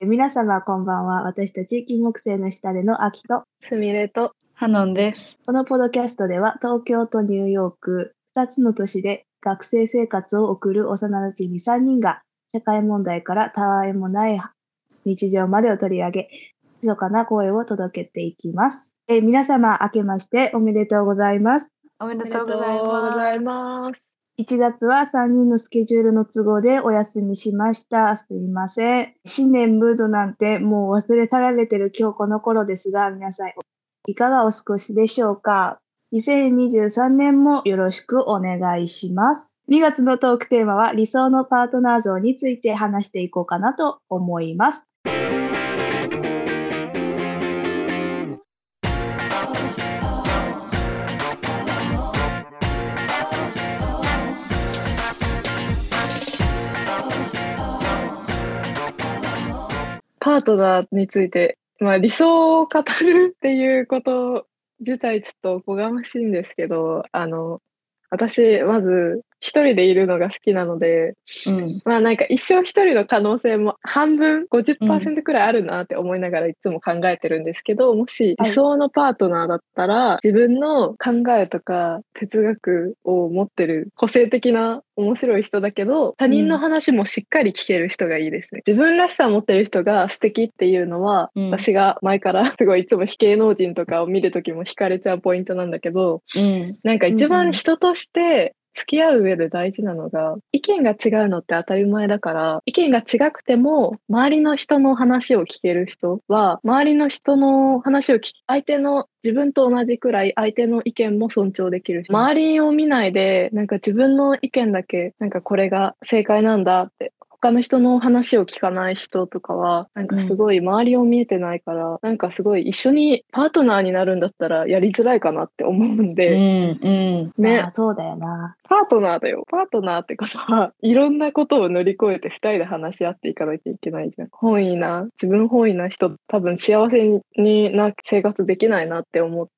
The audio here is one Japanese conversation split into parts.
皆様こんばんは。私たち金木犀の下での秋とすみれとハノンです。 このポッドキャストでは東京とニューヨーク2つの都市で学生生活を送る幼馴染3人が社会問題からたわいもない日常までを取り上げ、密かな声を届けていきます。皆様明けましておめでとうございます。 おめおめででとうごとうございざいます。 ます。 1月は3人のスケジュールの都合でお休みしました。すみません。新年ムードなんてもう忘れ去られてる今日この頃ですが、皆さんいかがお過ごしでしょうか。2023年もよろしくお願いします。2月のトークテーマは理想のパートナー像について話していこうかなと思います。 パートナーについて、理想を語るっていうこと自体ちょっとおこがましいんですけど、私、まず一人でいるのが好きなので、なんか一生一人の可能性も半分、50% くらいあるなって思いながらいつも考えてるんですけど、もし理想のパートナーだったら、自分の考えとか哲学を持ってる個性的な面白い人だけど、他人の話もしっかり聞ける人がいいですね。自分らしさを持ってる人が素敵っていうのは、私が前からすごいいつも非芸能人とかを見るときも惹かれちゃうポイントなんだけど、なんか一番人として付き合う上で大事なのが、意見が違うのって当たり前だから、意見が違くても、周りの人の話を聞ける人は、周りの人の話を聞き、相手の自分と同じくらい相手の意見も尊重できるし、周りを見ないで、なんか自分の意見だけ、なんかこれが正解なんだって、他の人の話を聞かない人とかは、なんかすごい周りを見えてないから、なんかすごい一緒にパートナーになるんだったらやりづらいかなって思うんで、 ね、そうだよな。 パートナーだよ。パートナーってことは、いろんなことを乗り越えて二人で話し合っていかなきゃいけないじゃん。自分本位な人、多分幸せな生活できないなって思って、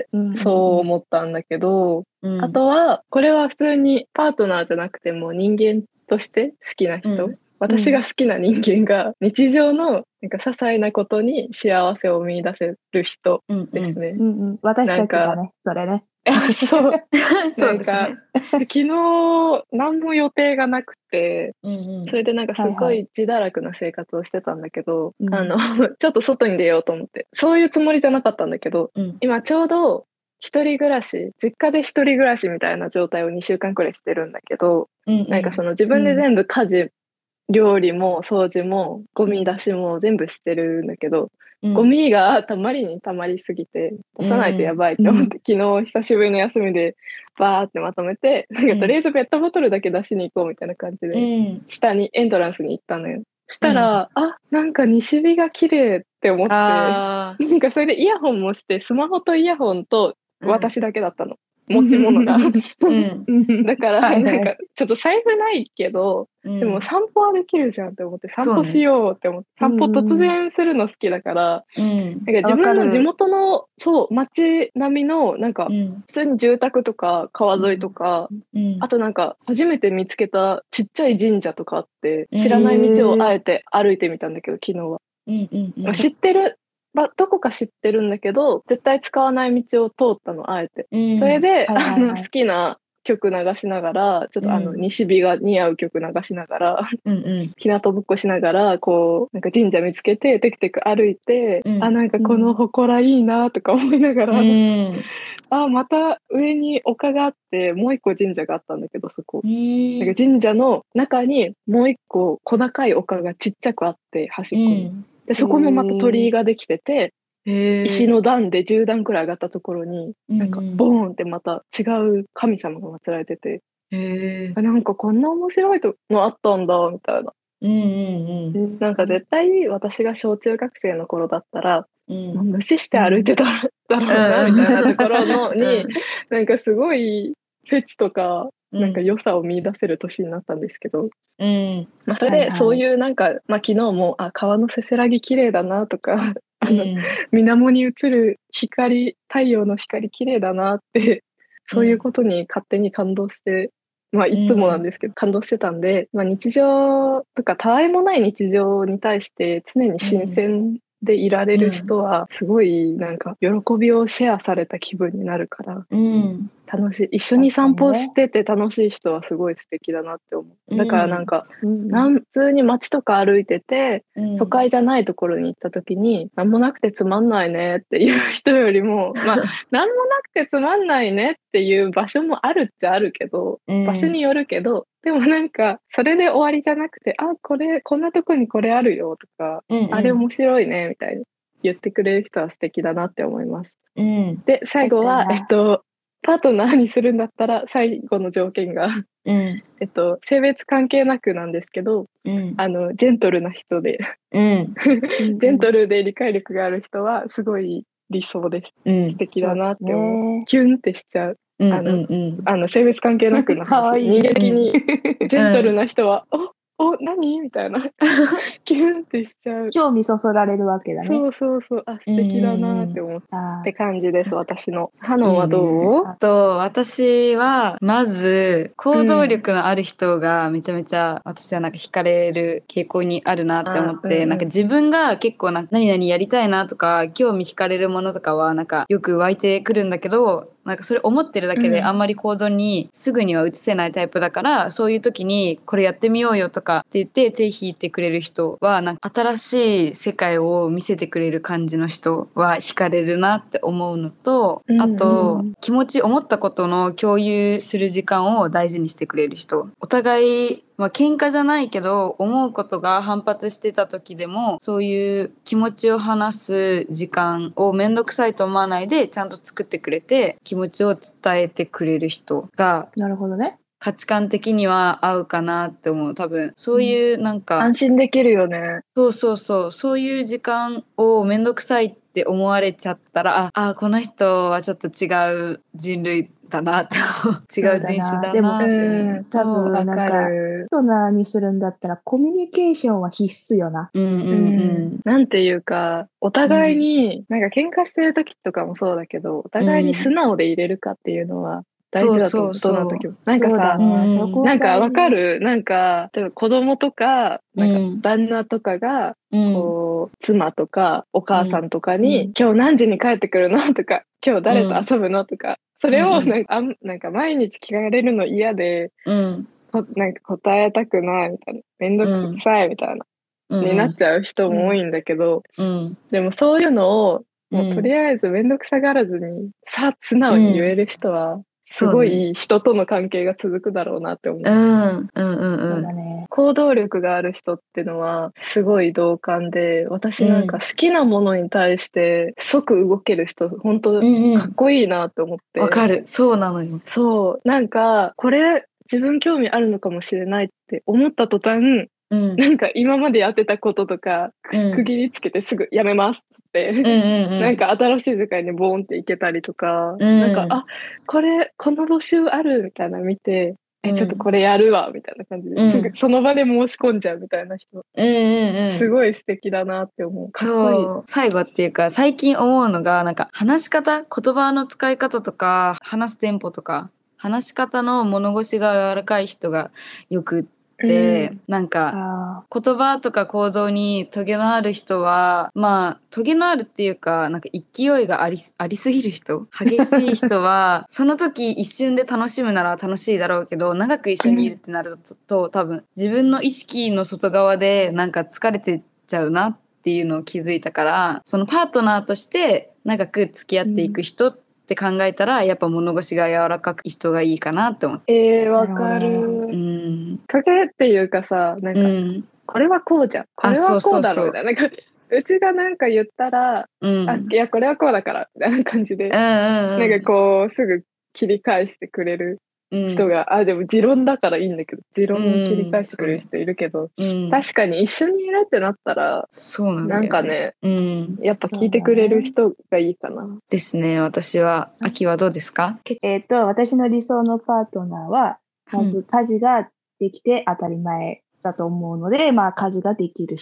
そう思ったんだけど、あとは、これは普通にパートナーじゃなくても人間として好きな人。私が好きな人間が日常のなんか些細なことに幸せを見出せる人ですね。 私たちがね、それね。 そう。 そうですね。 昨日何も予定がなくて、それでなんかすごい自堕落な生活をしてたんだけど、ちょっと外に出ようと思って、そういうつもりじゃなかったんだけど、今ちょうど一人暮らし、実家で一人暮らしみたいな状態を2週間くらいしてるんだけど、なんかその自分で全部家事、料理も掃除もゴミ出しも全部してるんだけど、ゴミがたまりすぎて出さないとやばいって思って、昨日久しぶりの休みでバーってまとめて、なんかとりあえずペットボトルだけ出しに行こうみたいな感じで、下にエントランスに行ったのよ。したら、なんか西日が綺麗って思って、なんかそれでイヤホンもして、スマホとイヤホンと私だけだったの。持ち物が。だから、なんか、ちょっと財布ないけど、でも散歩はできるじゃんって思って、散歩しようって思って、散歩突然するの好きだから、なんか自分の地元の、街並みの、なんか、普通に住宅とか、川沿いとか、あとなんか、初めて見つけたちっちゃい神社とかあって、知らない道をあえて歩いてみたんだけど、昨日は。知ってる。どこか知ってるんだけど、絶対使わない道を通ったの、あえて。それで、好きな曲流しながら、ちょっと西日が似合う曲流しながら、日向ぼっこしながら、こう、なんか神社見つけて、テクテク歩いて、なんかこの祠いいなとか思いながら、また上に丘があって、もう一個神社があったんだけど、そこ。なんか神社の中にもう一個小高い丘がちっちゃくあって、端っこに。で、そこもまた鳥居ができてて、石の段で10段くらい上がったところに、なんかボーンってまた違う神様が祀られてて、なんかこんな面白いのあったんだ、みたいな。なんか絶対私が小中学生の頃だったら、無視して歩いてただろうな、みたいなところに、なんかすごいフェチとか、なんか良さを見出せる年になったんですけど、それでそういうなんか、昨日も川のせせらぎ綺麗だなとか水面に映る光、太陽の光綺麗だなってそういうことに勝手に感動していつもなんですけど、感動してたんで、日常とかたわいもない日常に対して常に新鮮でいられる人はすごいなんか喜びをシェアされた気分になるから、楽しい。一緒に散歩してて楽しい人はすごい素敵だなって思う。だからなんか、普通に街とか歩いてて、都会じゃないところに行った時に、なんもなくてつまんないねっていう人よりも、なんもなくてつまんないねっていう場所もあるっちゃあるけど、場所によるけど、でもなんか、それで終わりじゃなくて、こんなとこにこれあるよとか、あれ面白いねみたいに言ってくれる人は素敵だなって思います。で、最後は、パートナーにするんだったら最後の条件が、性別関係なくなんですけど、ジェントルな人で、ジェントルで理解力がある人はすごい理想です。素敵だなって思う。キュンってしちゃう。性別関係なくの話。人間的にジェントルな人は、何みたいな。キュンってしちゃう。 興味そそられるわけだね。 そう。素敵だなって思ったって感じです、私の。ハノンはどう？ 私は、まず、行動力のある人がめちゃめちゃ、私はなんか惹かれる傾向にあるなって思って、なんか自分が結構何々やりたいなとか、興味惹かれるものとかは、なんかよく湧いてくるんだけど、なんかそれ思ってるだけであんまり行動にすぐには移せないタイプだから、そういう時にこれやってみようよとかって言って手引いてくれる人はなんか新しい世界を見せてくれる感じの人は惹かれるなって思うのと、あと気持ち思ったことの共有する時間を大事にしてくれる人、お互い喧嘩じゃないけど思うことが反発してた時でもそういう気持ちを話す時間をめんどくさいと思わないでちゃんと作ってくれて気持ちを伝えてくれる人がなるほどね。 価値観的には合うかなって思う。多分そういうなんか、 安心できるよね。 そういう時間をめんどくさいって思われちゃったらこの人はちょっと違う人類だなって違う人種だなって思う。 でも多分なんかパートナーにするんだったらコミュニケーションは必須よな。 なんていうかお互いに、なんか喧嘩してる時とかもそうだけどお互いに素直でいれるかっていうのは大事だと思う。どんな時もなんかさ、なんかわかる？なんか例えば子供とかなんか旦那とかが、こう妻とかお母さんとかに、今日何時に帰ってくるのとか今日誰と遊ぶのとかそれをなんか毎日聞かれるの嫌で、なんか答えたくないみたいな、めんどくさいみたいな、になっちゃう人も多いんだけど、でもそういうのをもうとりあえずめんどくさがらずに素直に言える人は、すごい人との関係が続くだろうなって思う。 そうだね。 行動力がある人ってのはすごい同感で、私なんか好きなものに対して即動ける人、本当かっこいいなって思って。 わかる。そうなのよ。 そう。なんかこれ自分興味あるのかもしれないって思った途端、なんか今までやってたこととか区切りつけてすぐやめますってなんか新しい世界にボーンっていけたりとか、なんかこの募集あるみたいなの見てちょっとこれやるわみたいな感じで、すぐその場で申し込んじゃうみたいな人、すごい素敵だなって思う。かっこいい。 最後っていうか最近思うのがなんか話し方、言葉の使い方とか話すテンポとか話し方の物腰が柔らかい人がよくってなんか言葉とか行動にトゲのある人はトゲのあるっていうかなんか勢いがありすぎる人、激しい人はその時一瞬で楽しむなら楽しいだろうけど長く一緒にいるってなると多分自分の意識の外側でなんか疲れてっちゃうなっていうのを気づいたから、そのパートナーとして長く付き合っていく人って考えたらやっぱ物腰が柔らかい人がいいかなって思って。 わかる。かけっていうかさ、なんか、これはこうじゃん、これはこうだろうみたいな、なんかうちがなんか言ったら、いやこれはこうだからみたいな感じで、なんかこうすぐ切り返してくれる人が、でも持論だからいいんだけど、持論を切り返してくれる人いるけど、確かに一緒にいるってなったら、なんかね、やっぱ聞いてくれる人がいいかな。 ですね。私は。秋はどうですか？ 私の理想のパートナーは、まず家事ができて当たり前だと思うので、家事ができる人。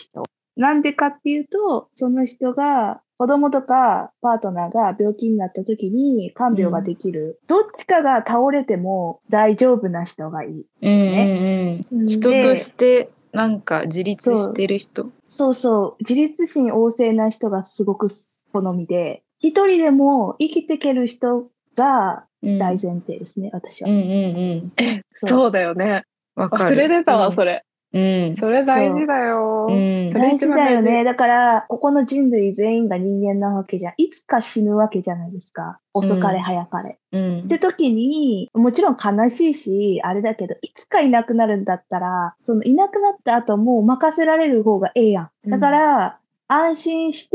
なんでかっていうと、その人が、子供とかパートナーが病気になった時に看病ができる。どっちかが倒れても大丈夫な人がいい。 ね。人としてなんか自立してる人。 そうそう。自立心旺盛な人がすごく好みで、一人でも生きていける人が大前提ですね、私は。 そうだよね。忘れてたわ、それ。それ大事だよ。 大事だよね。だから、ここの人類全員が人間なわけじゃん。いつか死ぬわけじゃないですか。遅かれ早かれ。って時に、もちろん悲しいし、あれだけど、いつかいなくなるんだったら、そのいなくなった後もう任せられる方がええやん。だから、安心して、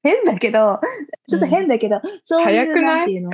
変だけど、ちょっと変だけど、そういう、なんていうの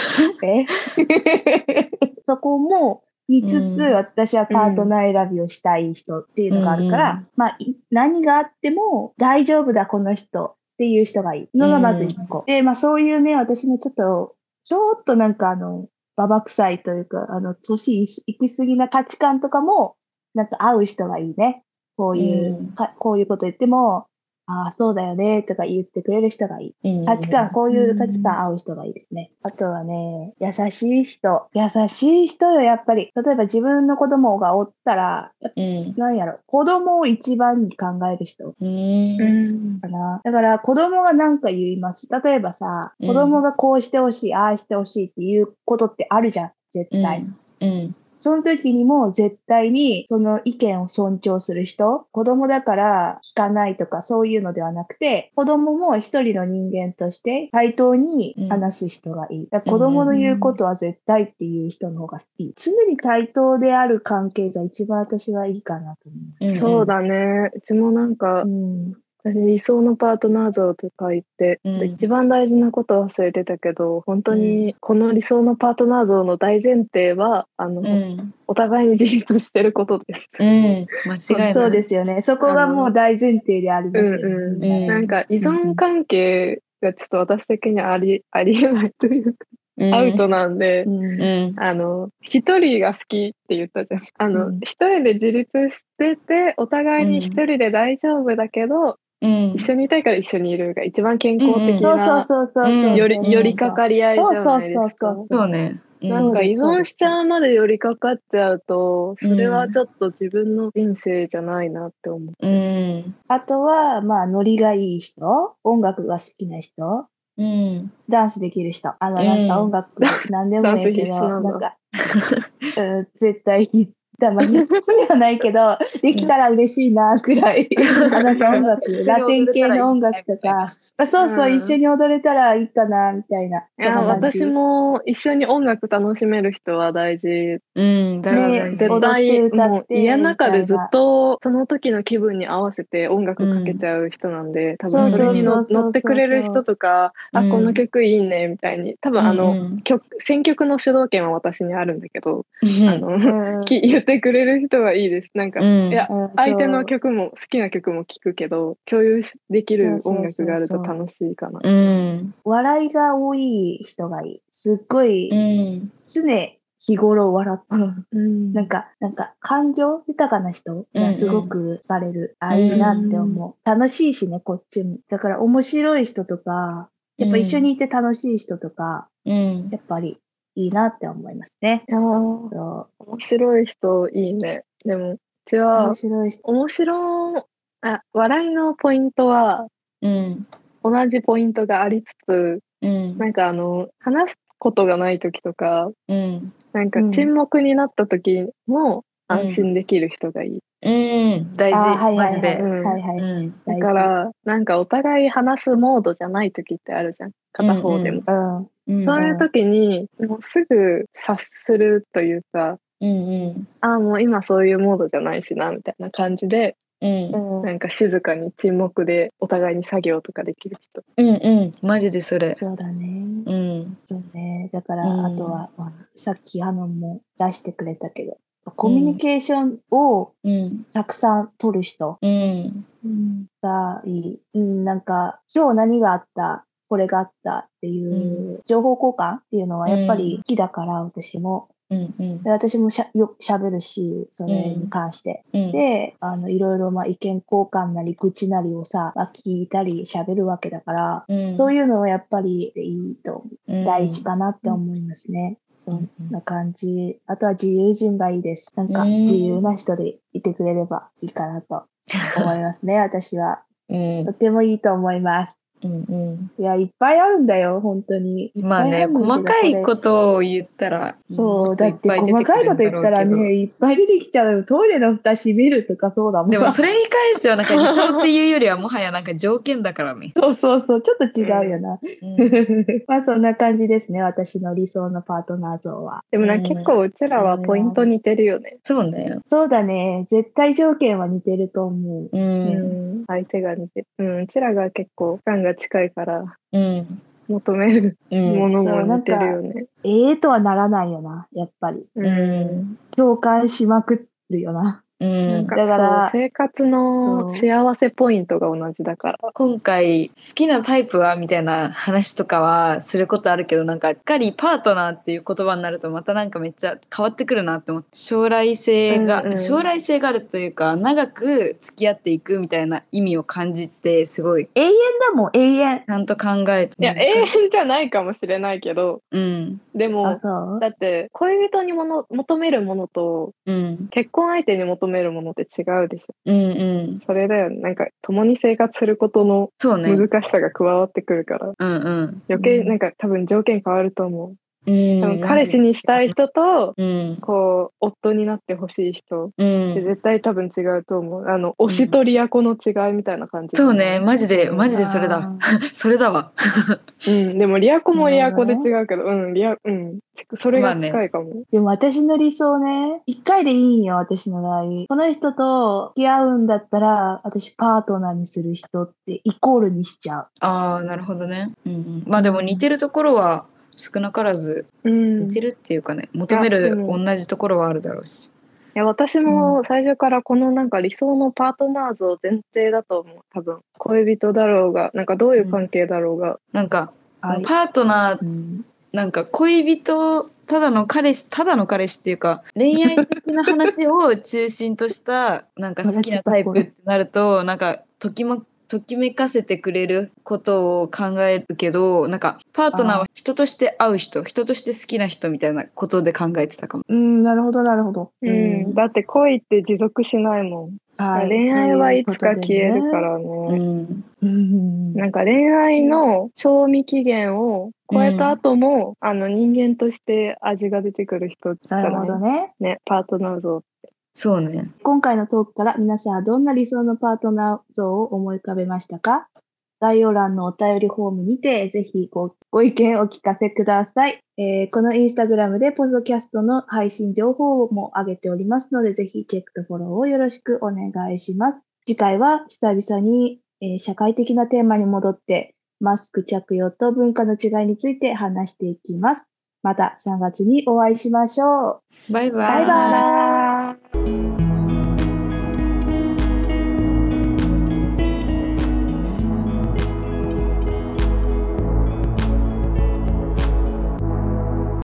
そこも、見つつ、私はパートナー選びをしたい人っていうのがあるから、まあ、何があっても大丈夫だ、この人っていう人がいいのがまず一個。で、まあそういうね、私のちょっとなんかババ臭いというか、年行き過ぎな価値観とかも、なんか合う人がいいね。こういうこと言っても、ああ、そうだよね、とか言ってくれる人がいい。こういう価値観合う人がいいですね。あとはね、優しい人。優しい人よ、やっぱり。例えば自分の子供がおったら、なんやろ、子供を一番に考える人。かな。だから子供が何か言います。例えばさ、子供がこうしてほしい、ああしてほしいっていうことってあるじゃん、絶対。その時にも絶対にその意見を尊重する人、子供だから聞かないとかそういうのではなくて、子供も一人の人間として対等に話す人がいい。だから子供の言うことは絶対っていう人の方がいい。常に対等である関係が一番私はいいかなと思います。 そうだね。うちもなんか、私理想のパートナー像とか言って、一番大事なこと忘れてたけど、本当にこの理想のパートナー像の大前提は、お互いに自立してることです。 間違いない。 そうですよね。そこがもう大前提でありますよね。 なんか依存関係がちょっと私的にありえないというか、アウトなんで、一人が好きって言ったじゃん。一人で自立してて、お互いに一人で大丈夫だけど、一緒にいたいから一緒にいるが一番健康的な、寄りかかり合いじゃないですか。 そうね。 なんか依存しちゃうまで寄りかかっちゃうと、それはちょっと自分の人生じゃないなって思って。 あとは、まあ、ノリがいい人、音楽が好きな人、ダンスできる人。なんか音楽、なんでもいいけど、なんか、絶対必須。まあ、必須ではないけど、できたら嬉しいな、くらい。なんか音楽、ラテン系の音楽とか、そうそう、一緒に踊れたらいいかな、みたいな。 いや、私も一緒に音楽楽しめる人は大事。 大事。 絶対、もう家の中でずっとその時の気分に合わせて音楽かけちゃう人なんで、多分それに乗ってくれる人とか、この曲いいね、みたいに。多分選曲の主導権は私にあるんだけど、言ってくれる人はいいです。なんか、いや、相手の曲も好きな曲も聴くけど、共有できる音楽があると楽しいかな。 笑いが多い人がいい。すっごい、常日頃笑ったの。なんか、感情豊かな人がすごく惹かれる。いいなって思う。楽しいしね、こっちも。だから面白い人とか、やっぱ一緒にいて楽しい人とか、やっぱりいいなって思いますね。 面白い人いいね。でも、うちは、笑いのポイントは、同じポイントがありつつ、なんか話すことがない時とか、なんか沈黙になった時も安心できる人がいい。 大事、マジで。 だから、なんかお互い話すモードじゃない時ってあるじゃん。片方でも。そういう時に、もうすぐ察するというか、もう今そういうモードじゃないしな、みたいな感じで、なんか静かに沈黙でお互いに作業とかできる人。 マジでそれ。 そうだね。そうね。だから、あとは、さっきも出してくれたけど、コミュニケーションをたくさん取る人がいい。なんか、今日何があった、これがあったっていう情報交換っていうのはやっぱり好きだから、私も。 で私もよく喋るし、それに関して。で、いろいろ意見交換なり、愚痴なりをさ、聞いたり喋るわけだから、そういうのはやっぱりいいと、大事かなって思いますね。そんな感じ。あとは自由人がいいです。なんか自由な人でいてくれればいいかなと思いますね、私は。とてもいいと思います。いや、いっぱいあるんだよ、本当に。 まあね、細かいことを言ったら、 そう、だって細かいこと言ったらね、いっぱい出てきちゃうよ。トイレの蓋閉めるとかそうだもん。 でもそれに関してはなんか理想っていうよりはもはやなんか条件だからね。 そう、ちょっと違うよな。まあそんな感じですね、私の理想のパートナー像は。 でも結構うちらはポイント似てるよね。 そうだよ。 そうだね、絶対条件は似てると思う。 相手が似てる。うちらが結構感が近いから、求めるものも似てるよね。 とはならないよな、やっぱり。共感しまくるよな。 だから生活の幸せポイントが同じだから。 今回好きなタイプはみたいな話とかはすることあるけど、なんかしっかりパートナーっていう言葉になるとまたなんかめっちゃ変わってくるなって思って、将来性があるというか、長く付き合っていくみたいな意味を感じて、すごい永遠だもん、永遠。 ちゃんと考えて。 いや、永遠じゃないかもしれないけど、でもだって恋人に求めるものと、結婚相手に求めるものって違うでしょ。それだよね。なんか共に生活することの難しさが加わってくるから、余計なんか多分条件変わると思う。多分彼氏にしたい人と、こう夫になってほしい人って絶対多分違うと思う。推しとリアコの違いみたいな感じ。 そうね、マジでそれだ。それだわ。 でもリアコもリアコで違うけど、それが近いかも。 でも私の理想ね、一回でいいんよ、私の場合。この人と付き合うんだったら、私パートナーにする人ってイコールにしちゃう。 ああ、なるほどね。まあでも似てるところは少なからず、似てるっていうかね、求める同じところはあるだろうし。 いや、私も最初からこのなんか理想のパートナー像前提だと思う。多分恋人だろうが、なんかどういう関係だろうが、 なんかそのパートナー、なんか恋人、ただの彼氏っていうか、恋愛的な話を中心としたなんか好きなタイプってなると、なんかときめかせてくれることを考えるけど、なんかパートナーは人として会う人、人として好きな人みたいなことで考えてたかも。 なるほど。 だって恋って持続しないもん。恋愛はいつか消えるからね。なんか恋愛の賞味期限を超えた後も、人間として味が出てくる人じゃない。 なるほどね。 パートナー像って。 そうね。 今回のトークから皆さんはどんな理想のパートナー像を思い浮かべましたか？概要欄のお便りフォームにてぜひご意見をお聞かせください。このインスタグラムでポッドキャストの配信情報も上げておりますので、ぜひチェックとフォローをよろしくお願いします。次回は久々に、社会的なテーマに戻ってマスク着用と文化の違いについて話していきます。また3月にお会いしましょう。 バイバイ。 バイバイ。